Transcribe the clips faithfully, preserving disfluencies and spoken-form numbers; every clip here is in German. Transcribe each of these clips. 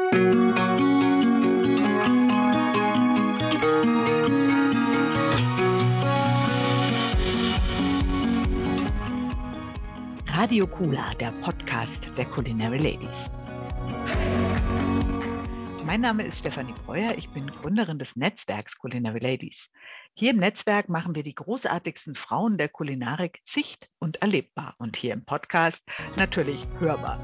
Radio Kula, der Podcast der Culinary Ladies. Mein Name ist Stefanie Breuer, ich bin Gründerin des Netzwerks Culinary Ladies. Hier im Netzwerk machen wir die großartigsten Frauen der Kulinarik sicht- und erlebbar und hier im Podcast natürlich hörbar.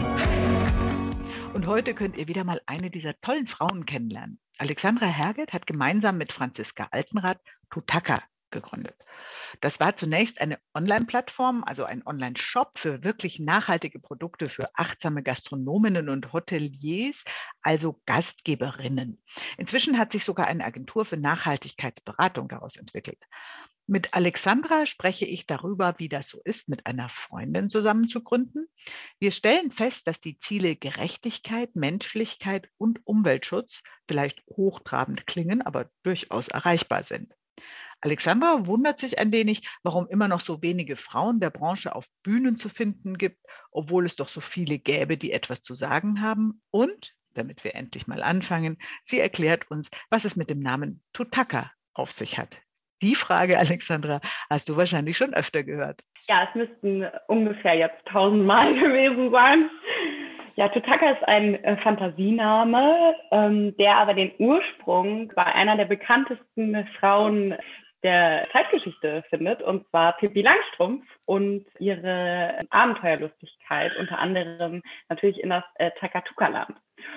Und heute könnt ihr wieder mal eine dieser tollen Frauen kennenlernen. Alexandra Herget hat gemeinsam mit Franziska Altenrath Tutaka gegründet. Das war zunächst eine Online-Plattform, also ein Online-Shop für wirklich nachhaltige Produkte für achtsame Gastronominnen und Hoteliers, also Gastgeberinnen. Inzwischen hat sich sogar eine Agentur für Nachhaltigkeitsberatung daraus entwickelt. Mit Alexandra spreche ich darüber, wie das so ist, mit einer Freundin zusammen zu gründen. Wir stellen fest, dass die Ziele Gerechtigkeit, Menschlichkeit und Umweltschutz vielleicht hochtrabend klingen, aber durchaus erreichbar sind. Alexandra wundert sich ein wenig, warum immer noch so wenige Frauen der Branche auf Bühnen zu finden gibt, obwohl es doch so viele gäbe, die etwas zu sagen haben. Und, damit wir endlich mal anfangen, sie erklärt uns, was es mit dem Namen Tutaka auf sich hat. Die Frage, Alexandra, hast du wahrscheinlich schon öfter gehört. Ja, es müssten ungefähr jetzt tausendmal gewesen sein. Ja, Tutaka ist ein äh, Fantasiename, ähm, der aber den Ursprung bei einer der bekanntesten Frauen der Zeitgeschichte findet, und zwar Pippi Langstrumpf und ihre Abenteuerlustigkeit, unter anderem natürlich in das äh, Takatuka-Land.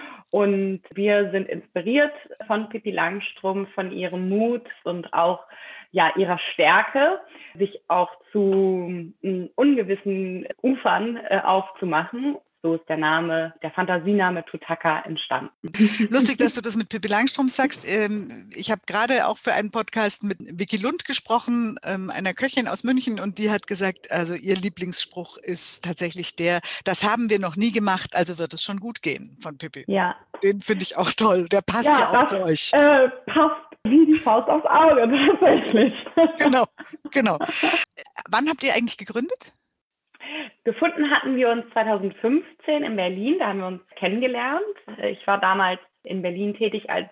Und wir sind inspiriert von Pippi Langstrumpf, von ihrem Mut und auch ja, ihrer Stärke, sich auch zu äh, ungewissen Ufern äh, aufzumachen. So ist der Name, der Fantasiename Tutaka entstanden. Lustig, dass du das mit Pippi Langstrumpf sagst. Ich habe gerade auch für einen Podcast mit Vicky Lund gesprochen, einer Köchin aus München, und die hat gesagt, also ihr Lieblingsspruch ist tatsächlich der, das haben wir noch nie gemacht, also wird es schon gut gehen, von Pippi. Ja. Den finde ich auch toll, der passt ja, ja auch das, zu euch. Äh, passt wie die Faust aufs Auge, tatsächlich. Genau, genau. Wann habt ihr eigentlich gegründet? Gefunden hatten wir uns zweitausendfünfzehn in Berlin, da haben wir uns kennengelernt. Ich war damals in Berlin tätig als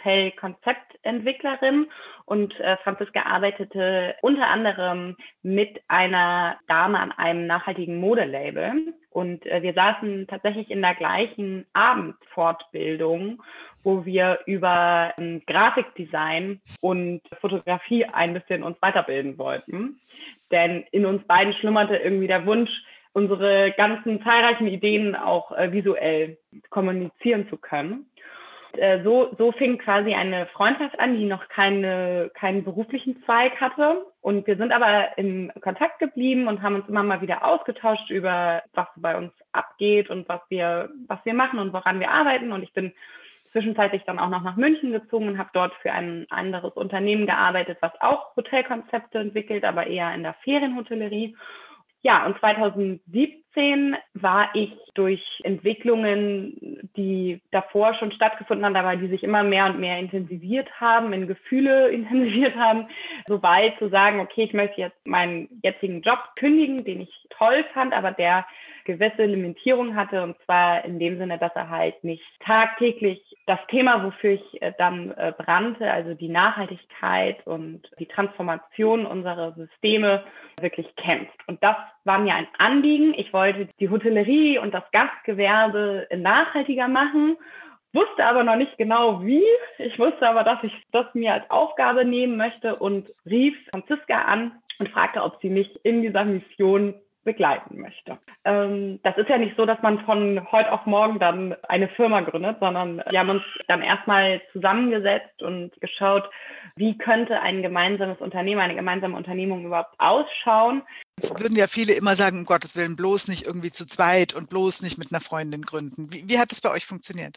Hotel-Konzeptentwicklerin und äh, Franziska arbeitete unter anderem mit einer Dame an einem nachhaltigen Modelabel. Und äh, wir saßen tatsächlich in der gleichen Abendfortbildung, wo wir über ähm, Grafikdesign und Fotografie ein bisschen uns weiterbilden wollten. Denn in uns beiden schlummerte irgendwie der Wunsch, unsere ganzen zahlreichen Ideen auch äh, visuell kommunizieren zu können. Und, äh, so, so fing quasi eine Freundschaft an, die noch keine, keinen beruflichen Zweig hatte. Und wir sind aber im Kontakt geblieben und haben uns immer mal wieder ausgetauscht über, was bei uns abgeht und was wir, was wir machen und woran wir arbeiten. Und ich bin zwischenzeitlich dann auch noch nach München gezogen und habe dort für ein anderes Unternehmen gearbeitet, was auch Hotelkonzepte entwickelt, aber eher in der Ferienhotellerie. Ja, und zweitausendsiebzehn war ich durch Entwicklungen, die davor schon stattgefunden haben, aber die sich immer mehr und mehr intensiviert haben, in Gefühle intensiviert haben, so weit zu sagen, okay, ich möchte jetzt meinen jetzigen Job kündigen, den ich toll fand, aber der gewisse Limitierung hatte, und zwar in dem Sinne, dass er halt nicht tagtäglich das Thema, wofür ich dann brannte, also die Nachhaltigkeit und die Transformation unserer Systeme, wirklich kämpft. Und das war mir ein Anliegen. Ich wollte die Hotellerie und das Gastgewerbe nachhaltiger machen, wusste aber noch nicht genau wie. Ich wusste aber, dass ich das mir als Aufgabe nehmen möchte und rief Franziska an und fragte, ob sie mich in dieser Mission begleiten möchte. Ähm, das ist ja nicht so, dass man von heute auf morgen dann eine Firma gründet, sondern wir haben uns dann erstmal zusammengesetzt und geschaut, wie könnte ein gemeinsames Unternehmen, eine gemeinsame Unternehmung überhaupt ausschauen. Es würden ja viele immer sagen, um Gottes Willen, bloß nicht irgendwie zu zweit und bloß nicht mit einer Freundin gründen. Wie, wie hat es bei euch funktioniert?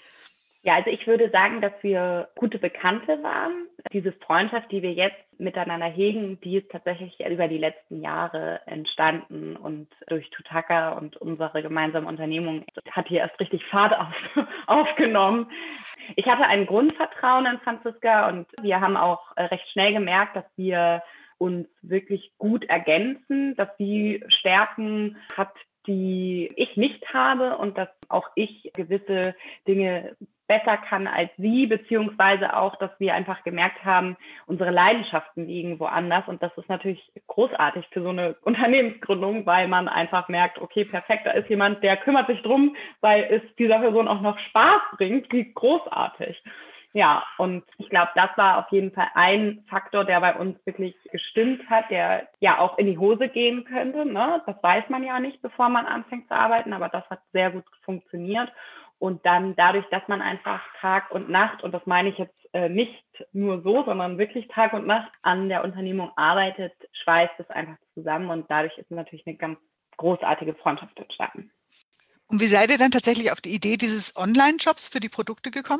Ja, also ich würde sagen, dass wir gute Bekannte waren. Diese Freundschaft, die wir jetzt miteinander hegen, die ist tatsächlich über die letzten Jahre entstanden, und durch Tutaka und unsere gemeinsame Unternehmung hat hier erst richtig Fahrt auf, aufgenommen. Ich hatte ein Grundvertrauen in Franziska, und wir haben auch recht schnell gemerkt, dass wir uns wirklich gut ergänzen, dass sie Stärken hat, die ich nicht habe und dass auch ich gewisse Dinge besser kann als sie, beziehungsweise auch, dass wir einfach gemerkt haben, unsere Leidenschaften liegen woanders. Und das ist natürlich großartig für so eine Unternehmensgründung, weil man einfach merkt, okay, perfekt, da ist jemand, der kümmert sich drum, weil es dieser Person auch noch Spaß bringt. Wie großartig. Ja, und ich glaube, das war auf jeden Fall ein Faktor, der bei uns wirklich gestimmt hat, der ja auch in die Hose gehen könnte. Ne? Das weiß man ja nicht, bevor man anfängt zu arbeiten, aber das hat sehr gut funktioniert. Und dann dadurch, dass man einfach Tag und Nacht, und das meine ich jetzt äh, nicht nur so, sondern wirklich Tag und Nacht an der Unternehmung arbeitet, schweißt es einfach zusammen und dadurch ist natürlich eine ganz großartige Freundschaft entstanden. Und wie seid ihr dann tatsächlich auf die Idee dieses Online-Shops für die Produkte gekommen?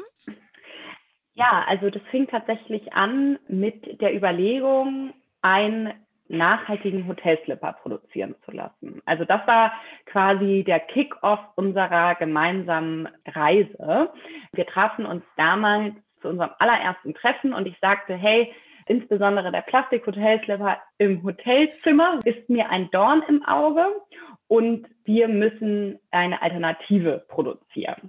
Ja, also das fing tatsächlich an mit der Überlegung, einen nachhaltigen Hotelslipper produzieren zu lassen. Also das war quasi der Kick-off unserer gemeinsamen Reise. Wir trafen uns damals zu unserem allerersten Treffen und ich sagte, hey, insbesondere der Plastik-Hotelslipper im Hotelzimmer ist mir ein Dorn im Auge und wir müssen eine Alternative produzieren.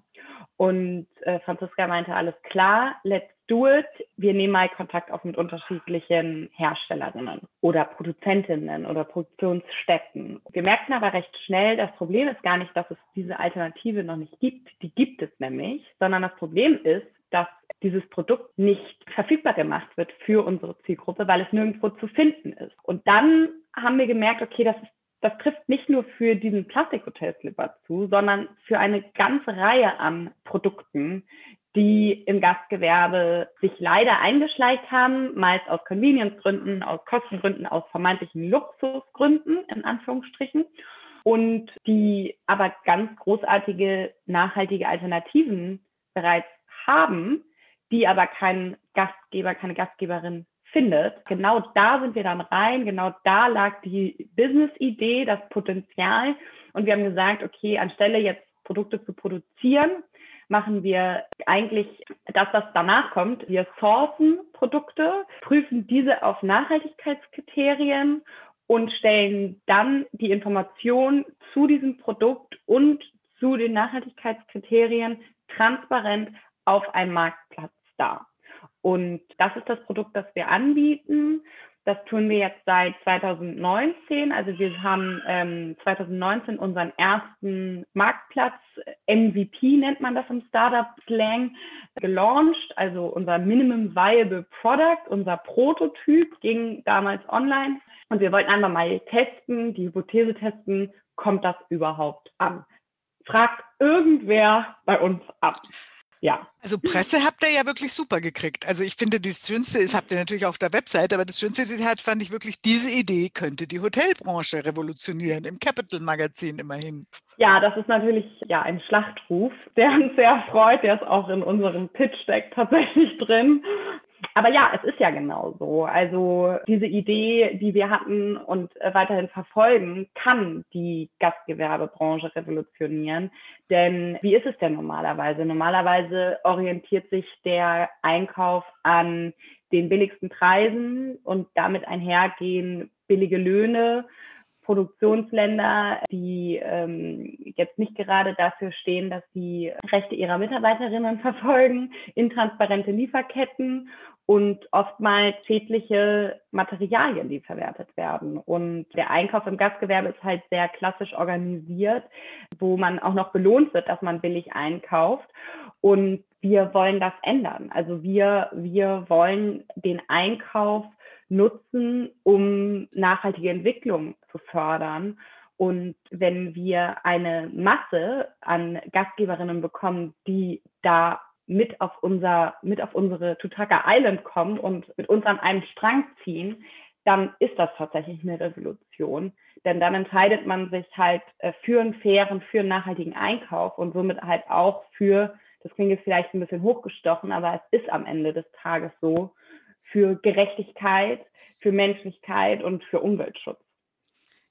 Und äh, Franziska meinte, alles klar, let's do it. Wir nehmen mal Kontakt auf mit unterschiedlichen Herstellerinnen oder Produzentinnen oder Produktionsstätten. Wir merkten aber recht schnell, das Problem ist gar nicht, dass es diese Alternative noch nicht gibt. Die gibt es nämlich, sondern das Problem ist, dass dieses Produkt nicht verfügbar gemacht wird für unsere Zielgruppe, weil es nirgendwo zu finden ist. Und dann haben wir gemerkt, okay, das ist Das trifft nicht nur für diesen Plastik-Hotelslipper zu, sondern für eine ganze Reihe an Produkten, die im Gastgewerbe sich leider eingeschleicht haben, meist aus Convenience-Gründen, aus Kostengründen, aus vermeintlichen Luxusgründen, in Anführungsstrichen, und die aber ganz großartige, nachhaltige Alternativen bereits haben, die aber kein Gastgeber, keine Gastgeberin findet. Genau da sind wir dann rein, genau da lag die Business-Idee, das Potenzial und wir haben gesagt, okay, anstelle jetzt Produkte zu produzieren, machen wir eigentlich das, was danach kommt. Wir sourcen Produkte, prüfen diese auf Nachhaltigkeitskriterien und stellen dann die Information zu diesem Produkt und zu den Nachhaltigkeitskriterien transparent auf einem Marktplatz dar. Und das ist das Produkt, das wir anbieten. Das tun wir jetzt seit zwanzig neunzehn. Also wir haben ähm, zwanzig neunzehn unseren ersten Marktplatz, M V P nennt man das im Startup-Slang, gelauncht. Also unser Minimum Viable Product, unser Prototyp ging damals online. Und wir wollten einfach mal testen, die Hypothese testen, kommt das überhaupt an? Fragt irgendwer bei uns ab. Ja. Also Presse habt ihr ja wirklich super gekriegt. Also ich finde, das Schönste ist, habt ihr natürlich auf der Website, aber das Schönste Zitat fand ich wirklich, diese Idee könnte die Hotelbranche revolutionieren, im Capital-Magazin immerhin. Ja, das ist natürlich ja ein Schlachtruf, der uns sehr freut, der ist auch in unserem Pitch-Deck tatsächlich drin. Aber ja, es ist ja genau so. Also diese Idee, die wir hatten und weiterhin verfolgen, kann die Gastgewerbebranche revolutionieren. Denn wie ist es denn normalerweise? Normalerweise orientiert sich der Einkauf an den billigsten Preisen und damit einhergehen billige Löhne, Produktionsländer, die ähm, jetzt nicht gerade dafür stehen, dass sie Rechte ihrer Mitarbeiterinnen verfolgen, intransparente Lieferketten und oftmals schädliche Materialien, die verwertet werden. Und der Einkauf im Gastgewerbe ist halt sehr klassisch organisiert, wo man auch noch belohnt wird, dass man billig einkauft. Und wir wollen das ändern. Also wir, wir wollen den Einkauf nutzen, um nachhaltige Entwicklung zu fördern. Und wenn wir eine Masse an Gastgeberinnen bekommen, die da mit auf unser, mit auf unsere Tutaka Island kommen und mit uns an einem Strang ziehen, dann ist das tatsächlich eine Revolution. Denn dann entscheidet man sich halt für einen fairen, für einen nachhaltigen Einkauf und somit halt auch für, das klingt jetzt vielleicht ein bisschen hochgestochen, aber es ist am Ende des Tages so, für Gerechtigkeit, für Menschlichkeit und für Umweltschutz.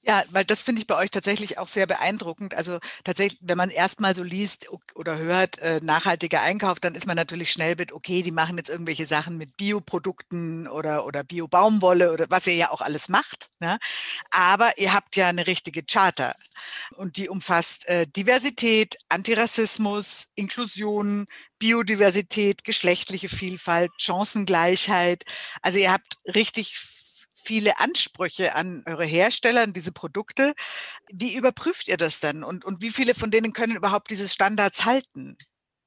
Ja, weil das finde ich bei euch tatsächlich auch sehr beeindruckend. Also tatsächlich, wenn man erstmal so liest oder hört, äh, nachhaltiger Einkauf, dann ist man natürlich schnell mit, okay, die machen jetzt irgendwelche Sachen mit Bioprodukten oder, oder Bio-Baumwolle oder was ihr ja auch alles macht. Ne? Aber ihr habt ja eine richtige Charta und die umfasst äh, Diversität, Antirassismus, Inklusion, Biodiversität, geschlechtliche Vielfalt, Chancengleichheit. Also ihr habt richtig viele Ansprüche an eure Hersteller, an diese Produkte. Wie überprüft ihr das dann und, und wie viele von denen können überhaupt diese Standards halten?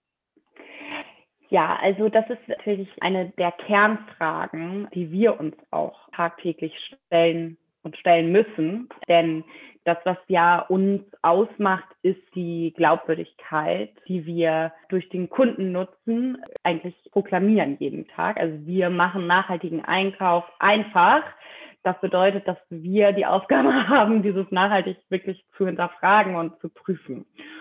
Ja, also das ist natürlich eine der Kernfragen, die wir uns auch tagtäglich stellen und stellen müssen. Denn das, was ja uns ausmacht, ist die Glaubwürdigkeit, die wir durch den Kundennutzen eigentlich proklamieren jeden Tag. Also wir machen nachhaltigen Einkauf einfach. Das bedeutet, dass wir die Aufgabe haben, dieses nachhaltig wirklich zu hinterfragen und zu prüfen.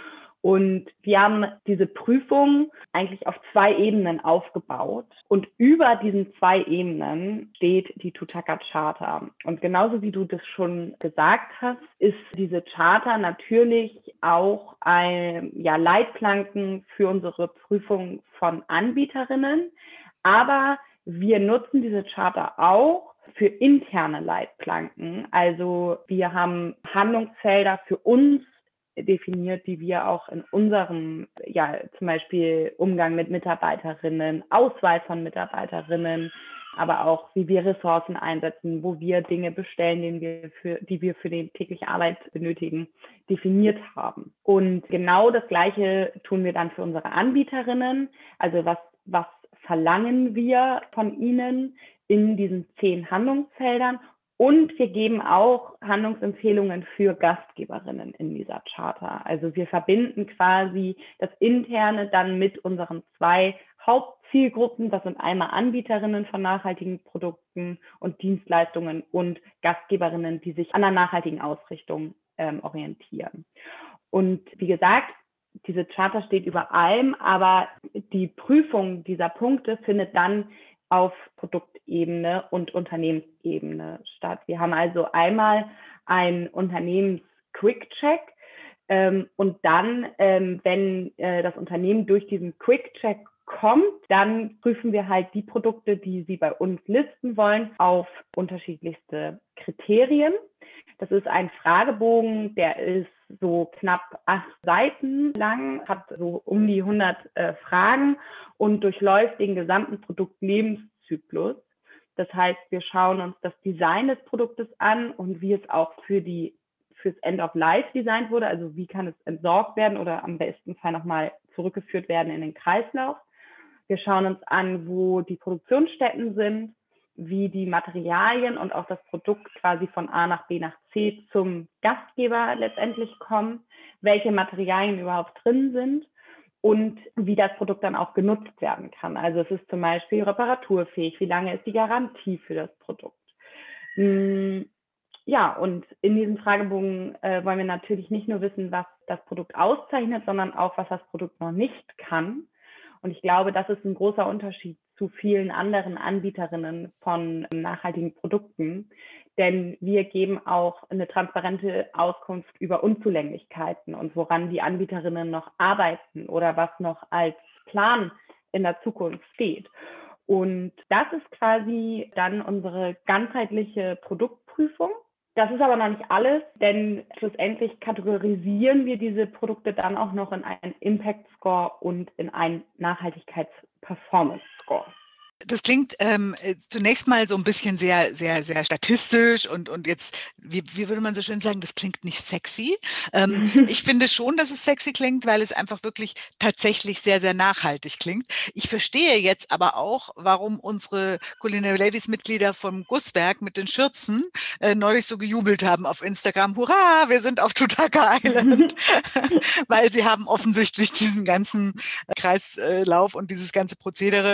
Und wir haben diese Prüfung eigentlich auf zwei Ebenen aufgebaut. Und über diesen zwei Ebenen steht die Tutaka Charta. Und genauso wie du das schon gesagt hast, ist diese Charta natürlich auch ein ja, Leitplanken für unsere Prüfung von Anbieterinnen. Aber wir nutzen diese Charta auch für interne Leitplanken. Also wir haben Handlungsfelder für uns definiert, die wir auch in unserem, ja, zum Beispiel Umgang mit Mitarbeiterinnen, Auswahl von Mitarbeiterinnen, aber auch wie wir Ressourcen einsetzen, wo wir Dinge bestellen, die wir für, die wir für die tägliche Arbeit benötigen, definiert haben. Und genau das Gleiche tun wir dann für unsere Anbieterinnen. Also was, was verlangen wir von ihnen in diesen zehn Handlungsfeldern? Und wir geben auch Handlungsempfehlungen für Gastgeberinnen in dieser Charta. Also wir verbinden quasi das Interne dann mit unseren zwei Hauptzielgruppen. Das sind einmal Anbieterinnen von nachhaltigen Produkten und Dienstleistungen und Gastgeberinnen, die sich an einer nachhaltigen Ausrichtung ähm, orientieren. Und wie gesagt, diese Charta steht über allem, aber die Prüfung dieser Punkte findet dann auf Produktebene und Unternehmensebene statt. Wir haben also einmal einen Unternehmens-Quick-Check ähm, und dann, ähm, wenn äh, das Unternehmen durch diesen Quick-Check kommt, dann prüfen wir halt die Produkte, die sie bei uns listen wollen, auf unterschiedlichste Kriterien. Das ist ein Fragebogen, der ist so knapp acht Seiten lang, hat so um die hundert äh, Fragen und durchläuft den gesamten Produktlebenszyklus. Das heißt, wir schauen uns das Design des Produktes an und wie es auch für die fürs End of Life designt wurde. Also wie kann es entsorgt werden oder am besten Fall nochmal zurückgeführt werden in den Kreislauf. Wir schauen uns an, wo die Produktionsstätten sind, wie die Materialien und auch das Produkt quasi von A nach B nach C zum Gastgeber letztendlich kommen, welche Materialien überhaupt drin sind und wie das Produkt dann auch genutzt werden kann. Also es ist zum Beispiel reparaturfähig, wie lange ist die Garantie für das Produkt. Ja, und in diesem Fragebogen äh, wollen wir natürlich nicht nur wissen, was das Produkt auszeichnet, sondern auch, was das Produkt noch nicht kann. Und ich glaube, das ist ein großer Unterschied zu vielen anderen Anbieterinnen von nachhaltigen Produkten. Denn wir geben auch eine transparente Auskunft über Unzulänglichkeiten und woran die Anbieterinnen noch arbeiten oder was noch als Plan in der Zukunft steht. Und das ist quasi dann unsere ganzheitliche Produktprüfung. Das ist aber noch nicht alles, denn schlussendlich kategorisieren wir diese Produkte dann auch noch in einen Impact Score und in einen Nachhaltigkeits-Performance Score. Das klingt ähm, zunächst mal so ein bisschen sehr, sehr, sehr statistisch und, und jetzt, wie, wie würde man so schön sagen, das klingt nicht sexy. Ähm, ich finde schon, dass es sexy klingt, weil es einfach wirklich tatsächlich sehr, sehr nachhaltig klingt. Ich verstehe jetzt aber auch, warum unsere Culinary Ladies Mitglieder vom Gusswerk mit den Schürzen äh, neulich so gejubelt haben auf Instagram. Hurra, wir sind auf Tutaka Island, weil sie haben offensichtlich diesen ganzen Kreislauf und dieses ganze Prozedere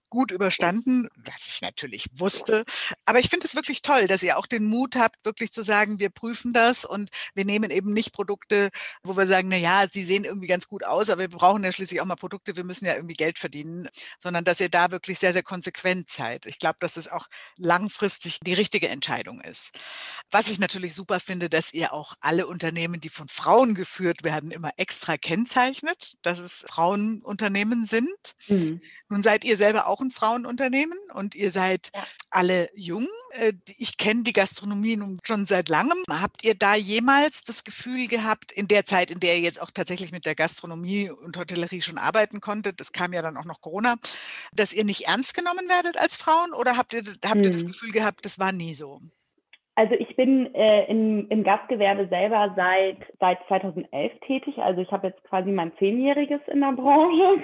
gut überstanden, was ich natürlich wusste. Aber ich finde es wirklich toll, dass ihr auch den Mut habt, wirklich zu sagen, wir prüfen das und wir nehmen eben nicht Produkte, wo wir sagen, na ja, sie sehen irgendwie ganz gut aus, aber wir brauchen ja schließlich auch mal Produkte, wir müssen ja irgendwie Geld verdienen, sondern dass ihr da wirklich sehr, sehr konsequent seid. Ich glaube, dass es auch langfristig die richtige Entscheidung ist. Was ich natürlich super finde, dass ihr auch alle Unternehmen, die von Frauen geführt werden, immer extra kennzeichnet, dass es Frauenunternehmen sind. Mhm. Nun seid ihr selber auch ein Frauenunternehmen und ihr seid Ja. alle jung. Äh, Ich kenne die Gastronomie nun schon seit langem. Habt ihr da jemals das Gefühl gehabt, in der Zeit, in der ihr jetzt auch tatsächlich mit der Gastronomie und Hotellerie schon arbeiten konntet, das kam ja dann auch noch Corona, dass ihr nicht ernst genommen werdet als Frauen? Oder habt ihr, habt ihr das Mhm. Gefühl gehabt, das war nie so? Also ich bin äh, in, im Gastgewerbe selber seit, seit zweitausendelf tätig. Also ich habe jetzt quasi mein Zehnjähriges in der Branche.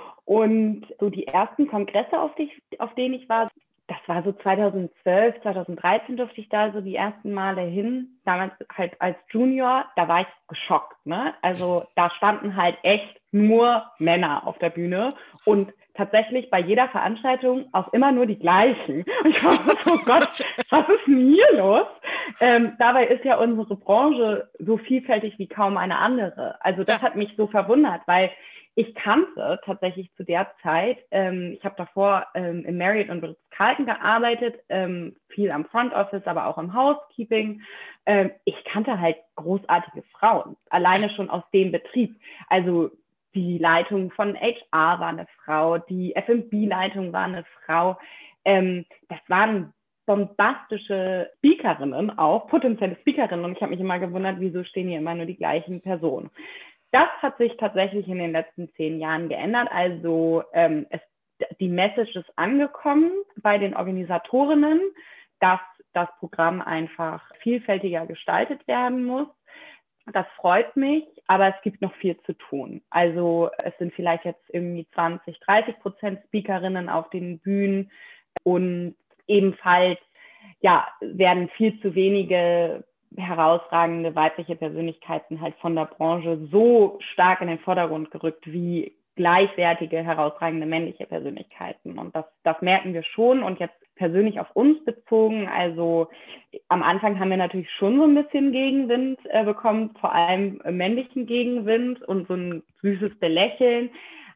Und so die ersten Kongresse, auf, die, auf denen ich war, das war so zweitausendzwölf, zweitausenddreizehn durfte ich da so die ersten Male hin. Damals halt als Junior, da war ich geschockt. Ne? Also da standen halt echt nur Männer auf der Bühne und tatsächlich bei jeder Veranstaltung auch immer nur die gleichen. Und ich war so, oh Gott, was ist denn hier los? Ähm, dabei ist ja unsere Branche so vielfältig wie kaum eine andere. Also das hat mich so verwundert, weil ich kannte tatsächlich zu der Zeit, ähm, ich habe davor ähm, im Marriott und Ritz-Carlton gearbeitet, ähm, viel am Front Office, aber auch im Housekeeping. Ähm, ich kannte halt großartige Frauen, alleine schon aus dem Betrieb. Also die Leitung von H R war eine Frau, die F und B-Leitung war eine Frau. Ähm, das waren bombastische Speakerinnen auch, potenzielle Speakerinnen. Und ich habe mich immer gewundert, wieso stehen hier immer nur die gleichen Personen. Das hat sich tatsächlich in den letzten zehn Jahren geändert. Also ähm, es, die Message ist angekommen bei den Organisatorinnen, dass das Programm einfach vielfältiger gestaltet werden muss. Das freut mich, aber es gibt noch viel zu tun. Also es sind vielleicht jetzt irgendwie zwanzig, dreißig Prozent Speakerinnen auf den Bühnen und ebenfalls ja, werden viel zu wenige herausragende weibliche Persönlichkeiten halt von der Branche so stark in den Vordergrund gerückt wie gleichwertige, herausragende männliche Persönlichkeiten. Und das, das merken wir schon. Und jetzt persönlich auf uns bezogen, also am Anfang haben wir natürlich schon so ein bisschen Gegenwind äh, bekommen, vor allem äh, männlichen Gegenwind und so ein süßes Belächeln.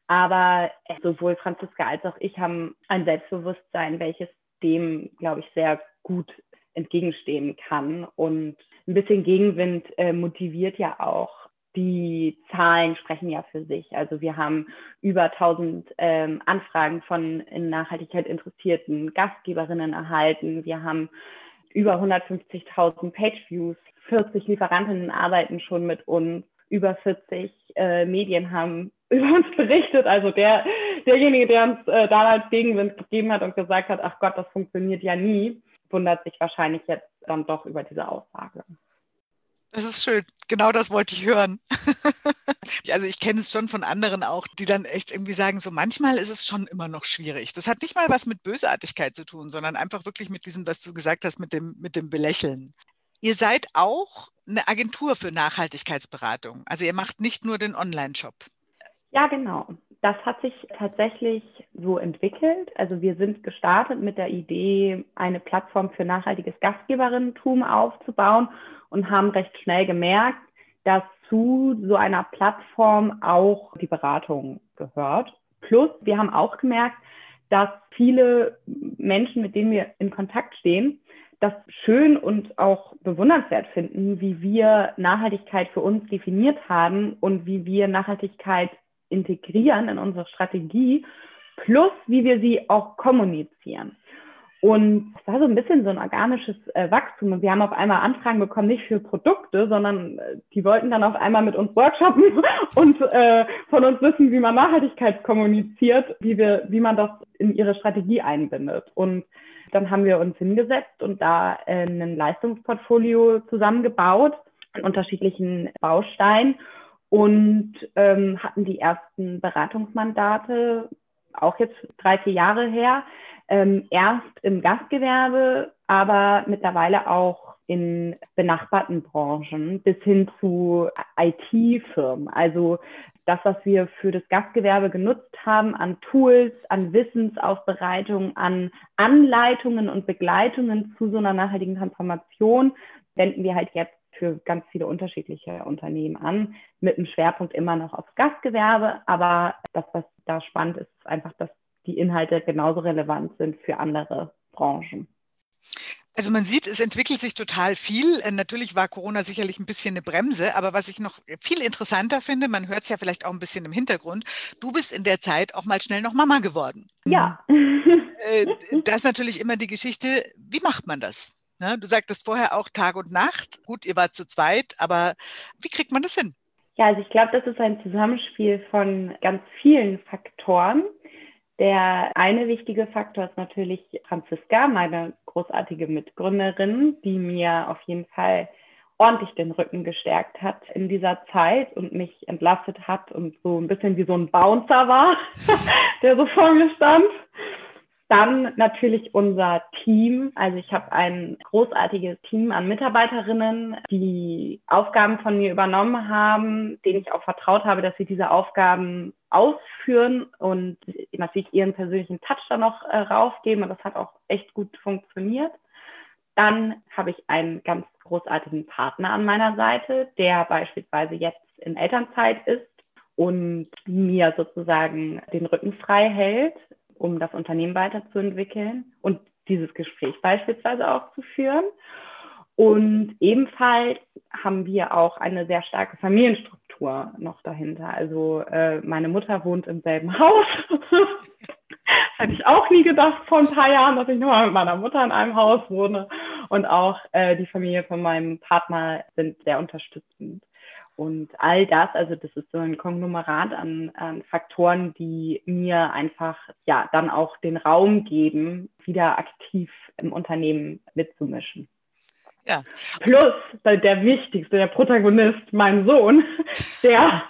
Aber äh, sowohl Franziska als auch ich haben ein Selbstbewusstsein, welches dem, glaube ich, sehr gut entgegenstehen kann. Und ein bisschen Gegenwind äh, motiviert ja auch. Die Zahlen sprechen ja für sich. Also wir haben über tausend ähm, Anfragen von in Nachhaltigkeit interessierten Gastgeberinnen erhalten. Wir haben über hundertfünfzigtausend Page-Views. vierzig Lieferantinnen arbeiten schon mit uns. Über vierzig äh, Medien haben über uns berichtet. Also der, derjenige, der uns äh, damals Gegenwind gegeben hat und gesagt hat, ach Gott, das funktioniert ja nie, wundert sich wahrscheinlich jetzt dann doch über diese Aussage. Das ist schön. Genau das wollte ich hören. Also ich kenne es schon von anderen auch, die dann echt irgendwie sagen, so manchmal ist es schon immer noch schwierig. Das hat nicht mal was mit Bösartigkeit zu tun, sondern einfach wirklich mit diesem, was du gesagt hast, mit dem, mit dem Belächeln. Ihr seid auch eine Agentur für Nachhaltigkeitsberatung. Also ihr macht nicht nur den Online-Shop. Ja, genau. Das hat sich tatsächlich so entwickelt. Also wir sind gestartet mit der Idee, eine Plattform für nachhaltiges Gastgeberinnentum aufzubauen und haben recht schnell gemerkt, dass zu so einer Plattform auch die Beratung gehört. Plus, wir haben auch gemerkt, dass viele Menschen, mit denen wir in Kontakt stehen, das schön und auch bewundernswert finden, wie wir Nachhaltigkeit für uns definiert haben und wie wir Nachhaltigkeit integrieren in unsere Strategie, plus wie wir sie auch kommunizieren. Und es war so ein bisschen so ein organisches äh, Wachstum. Und wir haben auf einmal Anfragen bekommen, nicht für Produkte, sondern äh, die wollten dann auf einmal mit uns workshoppen und äh, von uns wissen, wie man Nachhaltigkeit kommuniziert, wie, wir, wie man das in ihre Strategie einbindet. Und dann haben wir uns hingesetzt und da äh, ein Leistungsportfolio zusammengebaut an unterschiedlichen Bausteinen und ähm, hatten die ersten Beratungsmandate, auch jetzt drei, vier Jahre her, ähm, erst im Gastgewerbe, aber mittlerweile auch in benachbarten Branchen bis hin zu I T-Firmen. Also das, was wir für das Gastgewerbe genutzt haben, an Tools, an Wissensaufbereitung, an Anleitungen und Begleitungen zu so einer nachhaltigen Transformation, wenden wir halt jetzt für ganz viele unterschiedliche Unternehmen an, mit einem Schwerpunkt immer noch aufs Gastgewerbe. Aber das, was da spannend ist, ist einfach, dass die Inhalte genauso relevant sind für andere Branchen. Also man sieht, es entwickelt sich total viel. Natürlich war Corona sicherlich ein bisschen eine Bremse, aber was ich noch viel interessanter finde, man hört es ja vielleicht auch ein bisschen im Hintergrund, du bist in der Zeit auch mal schnell noch Mama geworden. Ja. Das ist natürlich immer die Geschichte, wie macht man das? Du sagtest vorher auch Tag und Nacht. Gut, ihr wart zu zweit, aber wie kriegt man das hin? Ja, also ich glaube, das ist ein Zusammenspiel von ganz vielen Faktoren. Der eine wichtige Faktor ist natürlich Franziska, meine großartige Mitgründerin, die mir auf jeden Fall ordentlich den Rücken gestärkt hat in dieser Zeit und mich entlastet hat und so ein bisschen wie so ein Bouncer war, der so vor mir stand. Dann natürlich unser Team. Also ich habe ein großartiges Team an Mitarbeiterinnen, die Aufgaben von mir übernommen haben, denen ich auch vertraut habe, dass sie diese Aufgaben ausführen und natürlich ihren persönlichen Touch da noch äh, raufgeben. Und das hat auch echt gut funktioniert. Dann habe ich einen ganz großartigen Partner an meiner Seite, der beispielsweise jetzt in Elternzeit ist und mir sozusagen den Rücken frei hält, um das Unternehmen weiterzuentwickeln und dieses Gespräch beispielsweise auch zu führen. Und ebenfalls haben wir auch eine sehr starke Familienstruktur noch dahinter. Also äh, meine Mutter wohnt im selben Haus. Hätte ich auch nie gedacht vor ein paar Jahren, dass ich nur mal mit meiner Mutter in einem Haus wohne. Und auch äh, die Familie von meinem Partner sind sehr unterstützend. Und all das, also das ist so ein Konglomerat an, an Faktoren, die mir einfach ja dann auch den Raum geben, wieder aktiv im Unternehmen mitzumischen. Ja. Plus der wichtigste, der Protagonist, mein Sohn, der,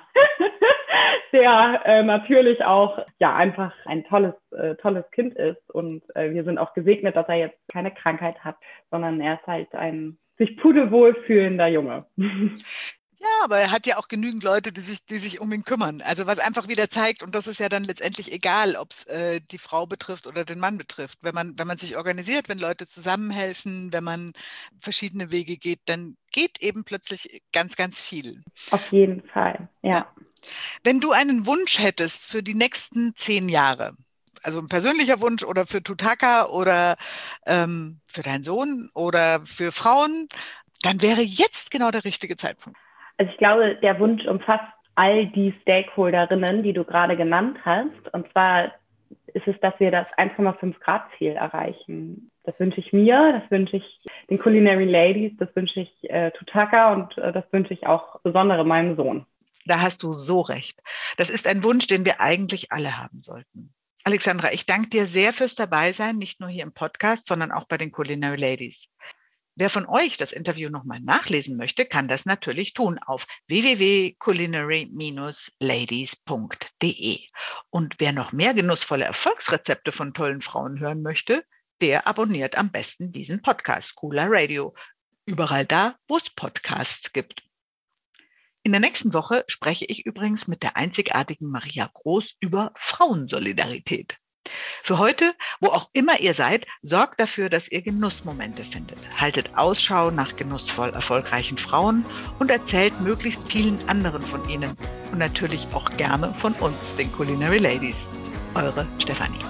der äh, natürlich auch ja einfach ein tolles, äh, tolles Kind ist. Und äh, wir sind auch gesegnet, dass er jetzt keine Krankheit hat, sondern er ist halt ein sich pudelwohl fühlender Junge. Ja, aber er hat ja auch genügend Leute, die sich, die sich um ihn kümmern. Also was einfach wieder zeigt, und das ist ja dann letztendlich egal, ob es äh, die Frau betrifft oder den Mann betrifft. Wenn man, wenn man sich organisiert, wenn Leute zusammenhelfen, wenn man verschiedene Wege geht, dann geht eben plötzlich ganz, ganz viel. Auf jeden Fall, ja. ja. Wenn du einen Wunsch hättest für die nächsten zehn Jahre, also ein persönlicher Wunsch oder für Tutaka oder ähm, für deinen Sohn oder für Frauen, dann wäre jetzt genau der richtige Zeitpunkt. Also ich glaube, der Wunsch umfasst all die Stakeholderinnen, die du gerade genannt hast. Und zwar ist es, dass wir das eins Komma fünf Grad Ziel erreichen. Das wünsche ich mir, das wünsche ich den Culinary Ladies, das wünsche ich äh, Tutaka und äh, das wünsche ich auch besonders meinem Sohn. Da hast du so recht. Das ist ein Wunsch, den wir eigentlich alle haben sollten. Alexandra, ich danke dir sehr fürs Dabeisein, nicht nur hier im Podcast, sondern auch bei den Culinary Ladies. Wer von euch das Interview nochmal nachlesen möchte, kann das natürlich tun auf w w w punkt culinary dash ladies punkt d e. Und wer noch mehr genussvolle Erfolgsrezepte von tollen Frauen hören möchte, der abonniert am besten diesen Podcast Cooler Radio. Überall da, wo es Podcasts gibt. In der nächsten Woche spreche ich übrigens mit der einzigartigen Maria Groß über Frauensolidarität. Für heute, wo auch immer ihr seid, sorgt dafür, dass ihr Genussmomente findet. Haltet Ausschau nach genussvoll erfolgreichen Frauen und erzählt möglichst vielen anderen von ihnen. Und natürlich auch gerne von uns, den Culinary Ladies. Eure Stefanie.